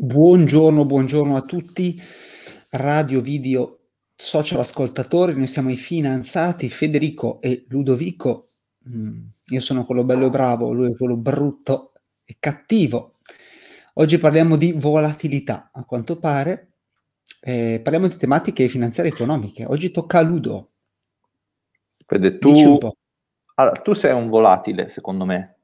Buongiorno a tutti, radio, video, social ascoltatori, noi siamo i Finanziati, Federico e Ludovico. Io sono quello bello e bravo, lui è quello brutto e cattivo. Oggi parliamo di volatilità, a quanto pare, parliamo di tematiche finanziarie e economiche. Oggi tocca a Ludo. Fede, Dici un po'. Allora, tu sei un volatile, secondo me.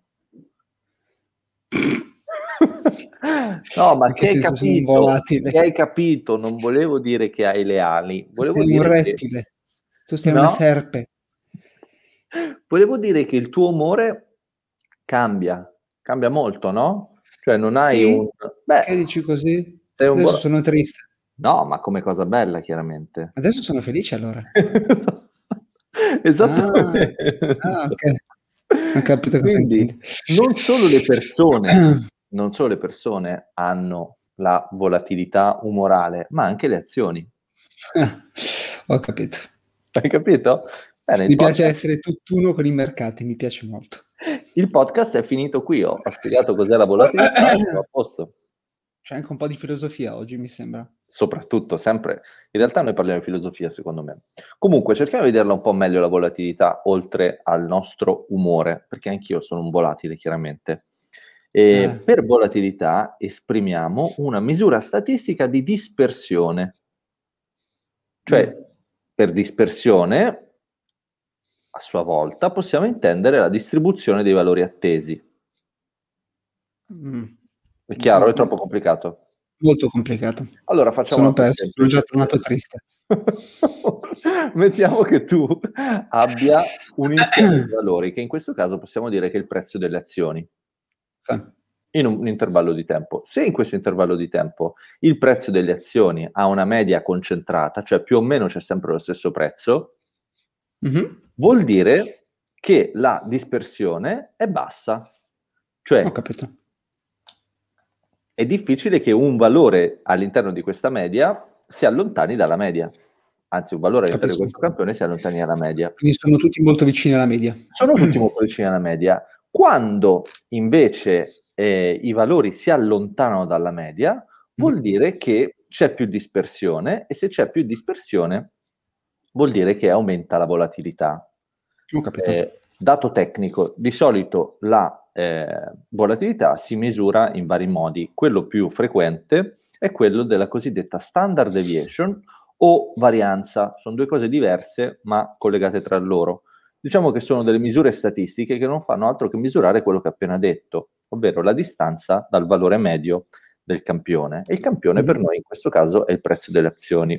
No, ma che hai capito? Che hai capito? Non volevo dire che hai le ali. Volevo sei un dire rettile, tu sei una No. serpe. Volevo dire che il tuo umore cambia molto, no? Cioè non hai un... Che dici così? sei un Adesso sono triste. No, ma come cosa bella, chiaramente. Adesso sono felice allora. Esattamente. Okay. Ho capito cosa Quindi intendi. non solo le persone hanno la volatilità umorale, ma anche le azioni. Ho capito. Hai capito? Bene, Mi piace essere tutt'uno con i mercati, mi piace molto. Il podcast è finito qui, ho spiegato cos'è la volatilità, siamo a posto. C'è anche un po' di filosofia oggi, mi sembra. Soprattutto, sempre. In realtà noi parliamo di filosofia, secondo me. Comunque, cerchiamo di vederla un po' meglio la volatilità, oltre al nostro umore, perché anch'io sono un volatile, chiaramente. Per volatilità esprimiamo una misura statistica di dispersione. Cioè, per dispersione, a sua volta, possiamo intendere la distribuzione dei valori attesi. È chiaro? È troppo complicato? Molto complicato. Allora facciamo Sono già tornato triste. Mettiamo che tu abbia un insieme di valori, che in questo caso possiamo dire che è il prezzo delle azioni. Sì. In un intervallo di tempo. Se in questo intervallo di tempo il prezzo delle azioni ha una media concentrata, cioè più o meno c'è sempre lo stesso prezzo, vuol dire che la dispersione è bassa. Cioè, ho capito. È difficile che un valore all'interno di questa media si allontani dalla media. Anzi, un valore all'interno di questo campione si allontani dalla media. Quindi sono tutti molto vicini alla media. Sono tutti molto vicini alla media. Quando invece i valori si allontanano dalla media, vuol dire che c'è più dispersione, e se c'è più dispersione vuol dire che aumenta la volatilità. Ho capito. Dato tecnico, di solito la volatilità si misura in vari modi. Quello più frequente è quello della cosiddetta standard deviation o varianza. Sono due cose diverse ma collegate tra loro. Diciamo che sono delle misure statistiche che non fanno altro che misurare quello che ho appena detto, ovvero la distanza dal valore medio del campione. E il campione per noi in questo caso è il prezzo delle azioni.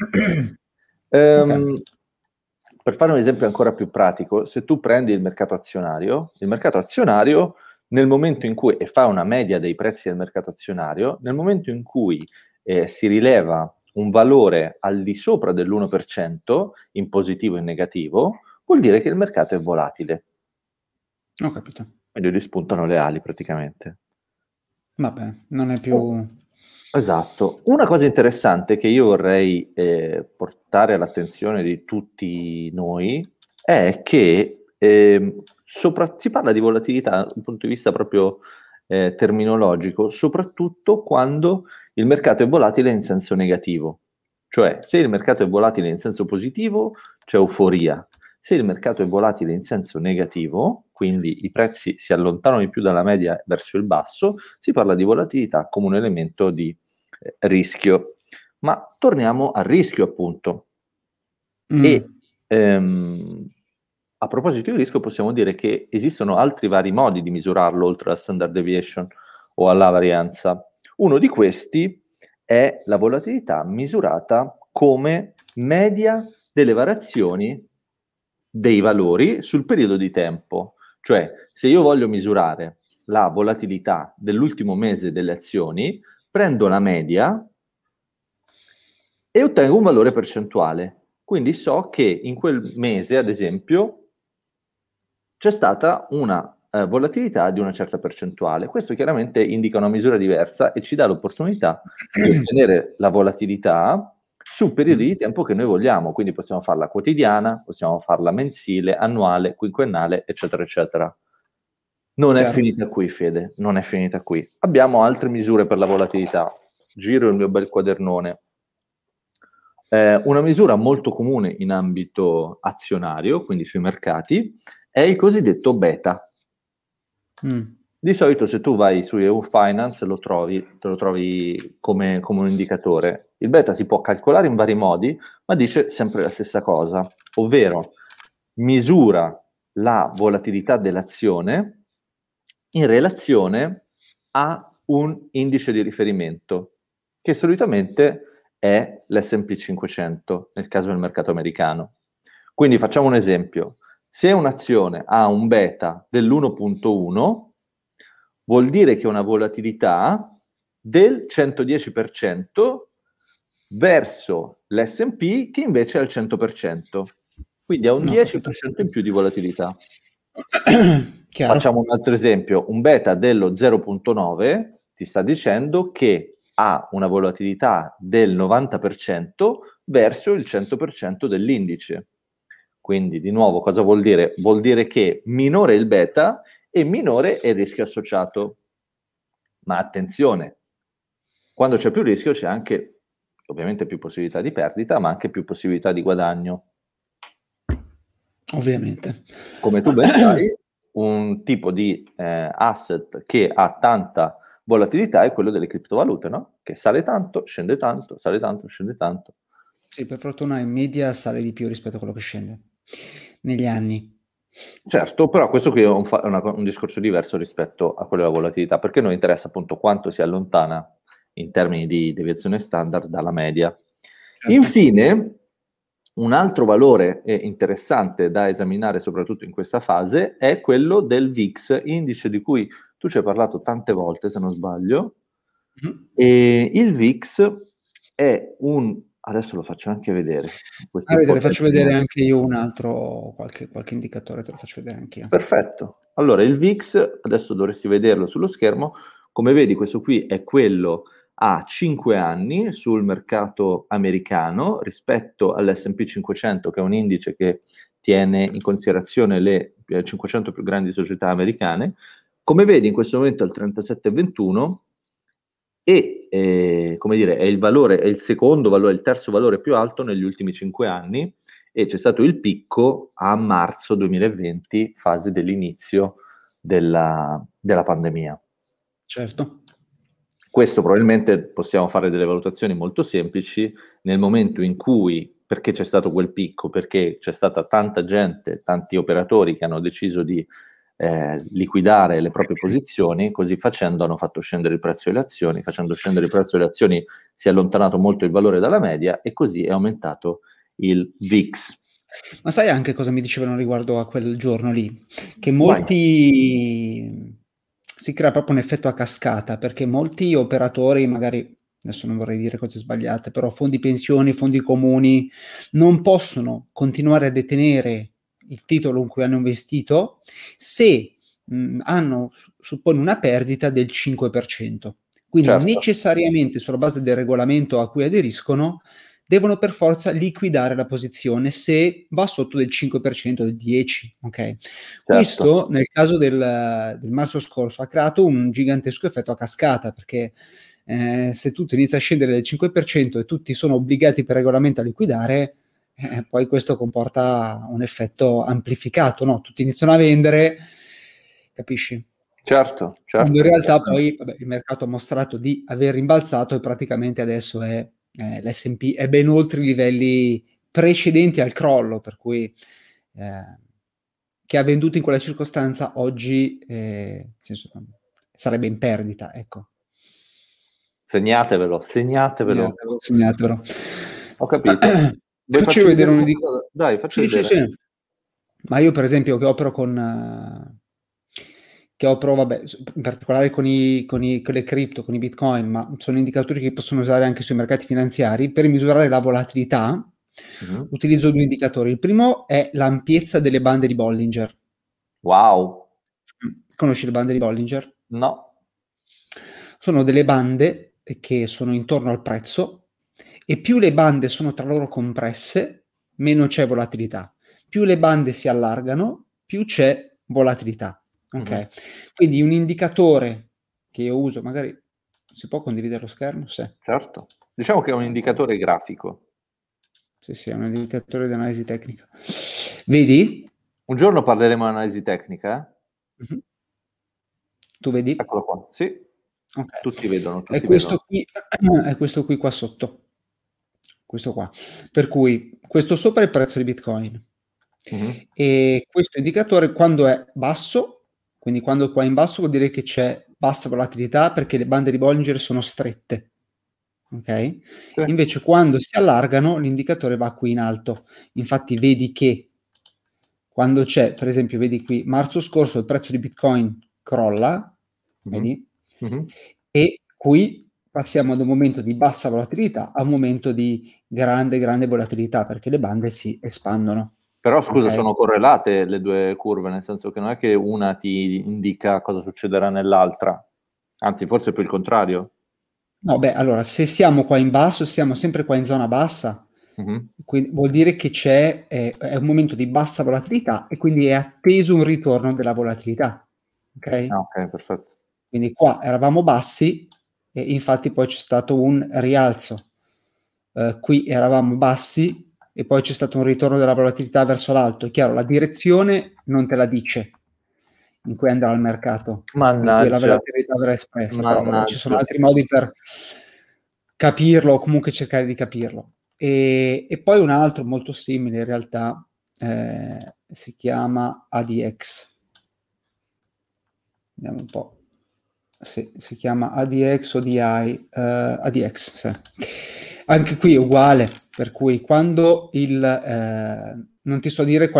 Per fare un esempio ancora più pratico, se tu prendi il mercato azionario nel momento in cui, e fa una media dei prezzi del mercato azionario, nel momento in cui si rileva un valore al di sopra dell'1% in positivo e in negativo, vuol dire che il mercato è volatile. Ho capito. Quindi gli spuntano le ali praticamente. Va bene, non è più... Esatto. Una cosa interessante che io vorrei portare all'attenzione di tutti noi è che si parla di volatilità da un punto di vista proprio terminologico, soprattutto quando il mercato è volatile in senso negativo. Cioè, se il mercato è volatile in senso positivo, c'è euforia. Se il mercato è volatile in senso negativo, quindi i prezzi si allontanano di più dalla media verso il basso, si parla di volatilità come un elemento di rischio. Ma torniamo al rischio, appunto. E a proposito di rischio, possiamo dire che esistono altri vari modi di misurarlo, oltre alla standard deviation o alla varianza. Uno di questi è la volatilità misurata come media delle variazioni dei valori sul periodo di tempo. Cioè, se io voglio misurare la volatilità dell'ultimo mese delle azioni, prendo la media e ottengo un valore percentuale. Quindi so che in quel mese, ad esempio, c'è stata una volatilità di una certa percentuale. Questo chiaramente indica una misura diversa e ci dà l'opportunità di ottenere la volatilità su periodi di tempo che noi vogliamo. Quindi possiamo farla quotidiana, possiamo farla mensile, annuale, quinquennale, eccetera, eccetera. Non è finita qui, Fede, non è finita qui. Abbiamo altre misure per la volatilità. giro il mio bel quadernone. Una misura molto comune in ambito azionario, quindi sui mercati, è il cosiddetto beta. Di solito se tu vai su EU Finance te lo trovi come un indicatore. Il beta si può calcolare in vari modi, ma dice sempre la stessa cosa, ovvero misura la volatilità dell'azione in relazione a un indice di riferimento, che solitamente è l'S&P 500 nel caso del mercato americano. Quindi facciamo un esempio. Se un'azione ha un beta dell'1.1, vuol dire che una volatilità del 110% verso l'S&P che invece è al 100%. Quindi ha un 10% in più di volatilità. Facciamo un altro esempio. Un beta dello 0.9 ti sta dicendo che ha una volatilità del 90% verso il 100% dell'indice. Quindi, di nuovo, cosa vuol dire? Vuol dire che minore il beta e minore è il rischio associato. Ma attenzione, quando c'è più rischio c'è anche, ovviamente, più possibilità di perdita, ma anche più possibilità di guadagno. Ovviamente. Come tu ben sai, un tipo di asset che ha tanta volatilità è quello delle criptovalute, no? Che sale tanto, scende tanto, sale tanto, scende tanto. Sì, per fortuna in media sale di più rispetto a quello che scende negli anni. Certo, però questo qui è un discorso diverso rispetto a quello della volatilità, perché a noi interessa appunto quanto si allontana in termini di deviazione standard dalla media. Certo. Infine, un altro valore interessante da esaminare soprattutto in questa fase è quello del VIX, indice di cui tu ci hai parlato tante volte, se non sbaglio. E il VIX è adesso lo faccio anche vedere. Te ne faccio vedere anche io un altro, qualche indicatore te lo faccio vedere anche io. Perfetto. Allora, il VIX, adesso dovresti vederlo sullo schermo, come vedi questo qui è quello a 5 anni sul mercato americano rispetto all'S&P 500, che è un indice che tiene in considerazione le 500 più grandi società americane. Come vedi in questo momento è al 37,21 e come dire, è il secondo valore, il terzo valore più alto negli ultimi 5 anni, e c'è stato il picco a marzo 2020, fase dell'inizio della pandemia. Certo. Questo probabilmente possiamo fare delle valutazioni molto semplici nel momento in cui, perché c'è stato quel picco, perché c'è stata tanta gente, tanti operatori che hanno deciso di liquidare le proprie posizioni, così facendo hanno fatto scendere il prezzo delle azioni, facendo scendere il prezzo delle azioni si è allontanato molto il valore dalla media e così è aumentato il VIX. Ma sai anche cosa mi dicevano riguardo a quel giorno lì? Che molti si crea proprio un effetto a cascata, perché molti operatori, magari, adesso non vorrei dire cose sbagliate, però fondi pensioni, fondi comuni, non possono continuare a detenere il titolo in cui hanno investito se hanno, suppone, una perdita del 5%. Quindi necessariamente sulla base del regolamento a cui aderiscono devono per forza liquidare la posizione se va sotto del 5%, del 10%, ok? Certo. Questo, nel caso del marzo scorso, ha creato un gigantesco effetto a cascata, perché se tutto inizia a scendere del 5% e tutti sono obbligati per regolamento a liquidare, poi questo comporta un effetto amplificato, no? Tutti iniziano a vendere, capisci? Certo. Quando in realtà poi il mercato ha mostrato di aver rimbalzato e praticamente adesso l'S&P è ben oltre i livelli precedenti al crollo, per cui chi ha venduto in quella circostanza oggi sarebbe in perdita, ecco. Segnatevelo. Ho capito. Faccio vedere un indicatore. Dai, faccio vedere. Sì. Ma io per esempio che opero in particolare con le cripto, con i bitcoin, ma sono indicatori che possono usare anche sui mercati finanziari, per misurare la volatilità utilizzo 2 indicatori. Il primo è l'ampiezza delle bande di Bollinger. Wow. Conosci le bande di Bollinger? No. Sono delle bande che sono intorno al prezzo e più le bande sono tra loro compresse, meno c'è volatilità. Più le bande si allargano, più c'è volatilità. Ok? Quindi un indicatore che io uso, magari Si può condividere lo schermo? Sì. Certo. Diciamo che è un indicatore grafico. Sì, è un indicatore di analisi tecnica. Vedi? Un giorno parleremo di analisi tecnica, Mhm. Tu vedi? Eccolo qua. Sì, Ok. tutti vedono, È tutti questo vedono. qui, è questo qui qua sotto. Questo qua. Per cui questo sopra è il prezzo di Bitcoin. Mhm. E questo indicatore quando è basso, quindi quando è qua in basso vuol dire che c'è bassa volatilità perché le bande di Bollinger sono strette. Ok? Sì. Invece quando si allargano l'indicatore va qui in alto. Infatti vedi che quando c'è, per esempio, vedi qui, marzo scorso il prezzo di Bitcoin crolla, vedi? Mhm. E qui passiamo da un momento di bassa volatilità a un momento di grande volatilità perché le bande si espandono. Però scusa, Ok? sono correlate le due curve, nel senso che non è che una ti indica cosa succederà nell'altra, anzi forse è più il contrario. No, beh, allora, se siamo qua in basso, siamo sempre qua in zona bassa, Mhm. quindi vuol dire che è un momento di bassa volatilità e quindi è atteso un ritorno della volatilità. Ok? Ah, ok, perfetto. Quindi qua eravamo bassi e infatti poi c'è stato un rialzo. Qui eravamo bassi e poi c'è stato un ritorno della volatilità verso l'alto. È chiaro, la direzione non te la dice in cui andrà il mercato, in cui la Mannaggia, volatilità verrà espressa, però vabbè, ci sono mannaggia. altri modi per capirlo o comunque cercare di capirlo. E poi un altro molto simile in realtà si chiama ADX. Vediamo un po'. Sì, si chiama ADX o DI, ADX, sì. Anche qui è uguale, per cui quando non ti so dire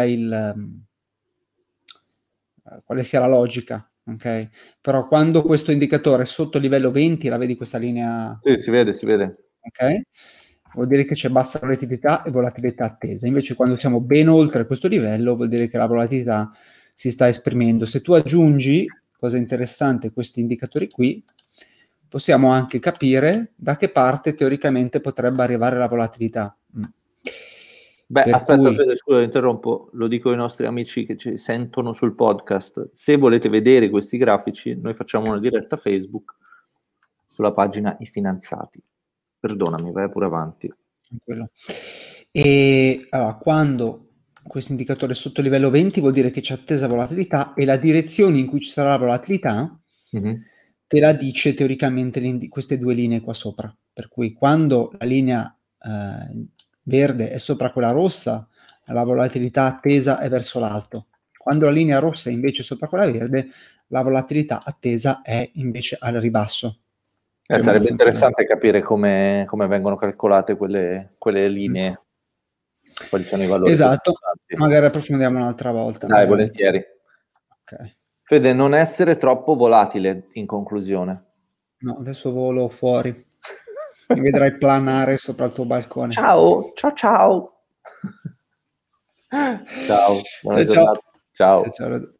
quale sia la logica, ok? Però quando questo indicatore è sotto livello 20, la vedi questa linea, Sì, si vede, si vede. ok? Vuol dire che c'è bassa volatilità e volatilità attesa. Invece quando siamo ben oltre questo livello, vuol dire che la volatilità si sta esprimendo. Se tu aggiungi, cosa interessante, questi indicatori qui, possiamo anche capire da che parte teoricamente potrebbe arrivare la volatilità. Beh, Per aspetta, cui, Fede, scusa, interrompo, lo dico ai nostri amici che ci sentono sul podcast. Se volete vedere questi grafici, noi facciamo una diretta Facebook sulla pagina I Finanziati. Perdonami, vai pure avanti. quello. E allora, quando questo indicatore è sotto livello 20 vuol dire che c'è attesa volatilità e la direzione in cui ci sarà la volatilità Mhm. te la dice teoricamente queste due linee qua sopra. Per cui quando la linea verde è sopra quella rossa, la volatilità attesa è verso l'alto. Quando la linea rossa è invece sopra quella verde, la volatilità attesa è invece al ribasso. Più o meno Sarebbe funziona interessante così. capire come vengono calcolate quelle linee, quali sono i valori più Esatto, importanti. magari approfondiamo un'altra volta, va Dai, bene. volentieri. Ok. Fede, non essere troppo volatile in conclusione. No, adesso volo fuori. Mi vedrai planare sopra il tuo balcone. Ciao, ciao, ciao. Ciao, buona Ciao ciao. giornata. Ciao Ciao. ciao.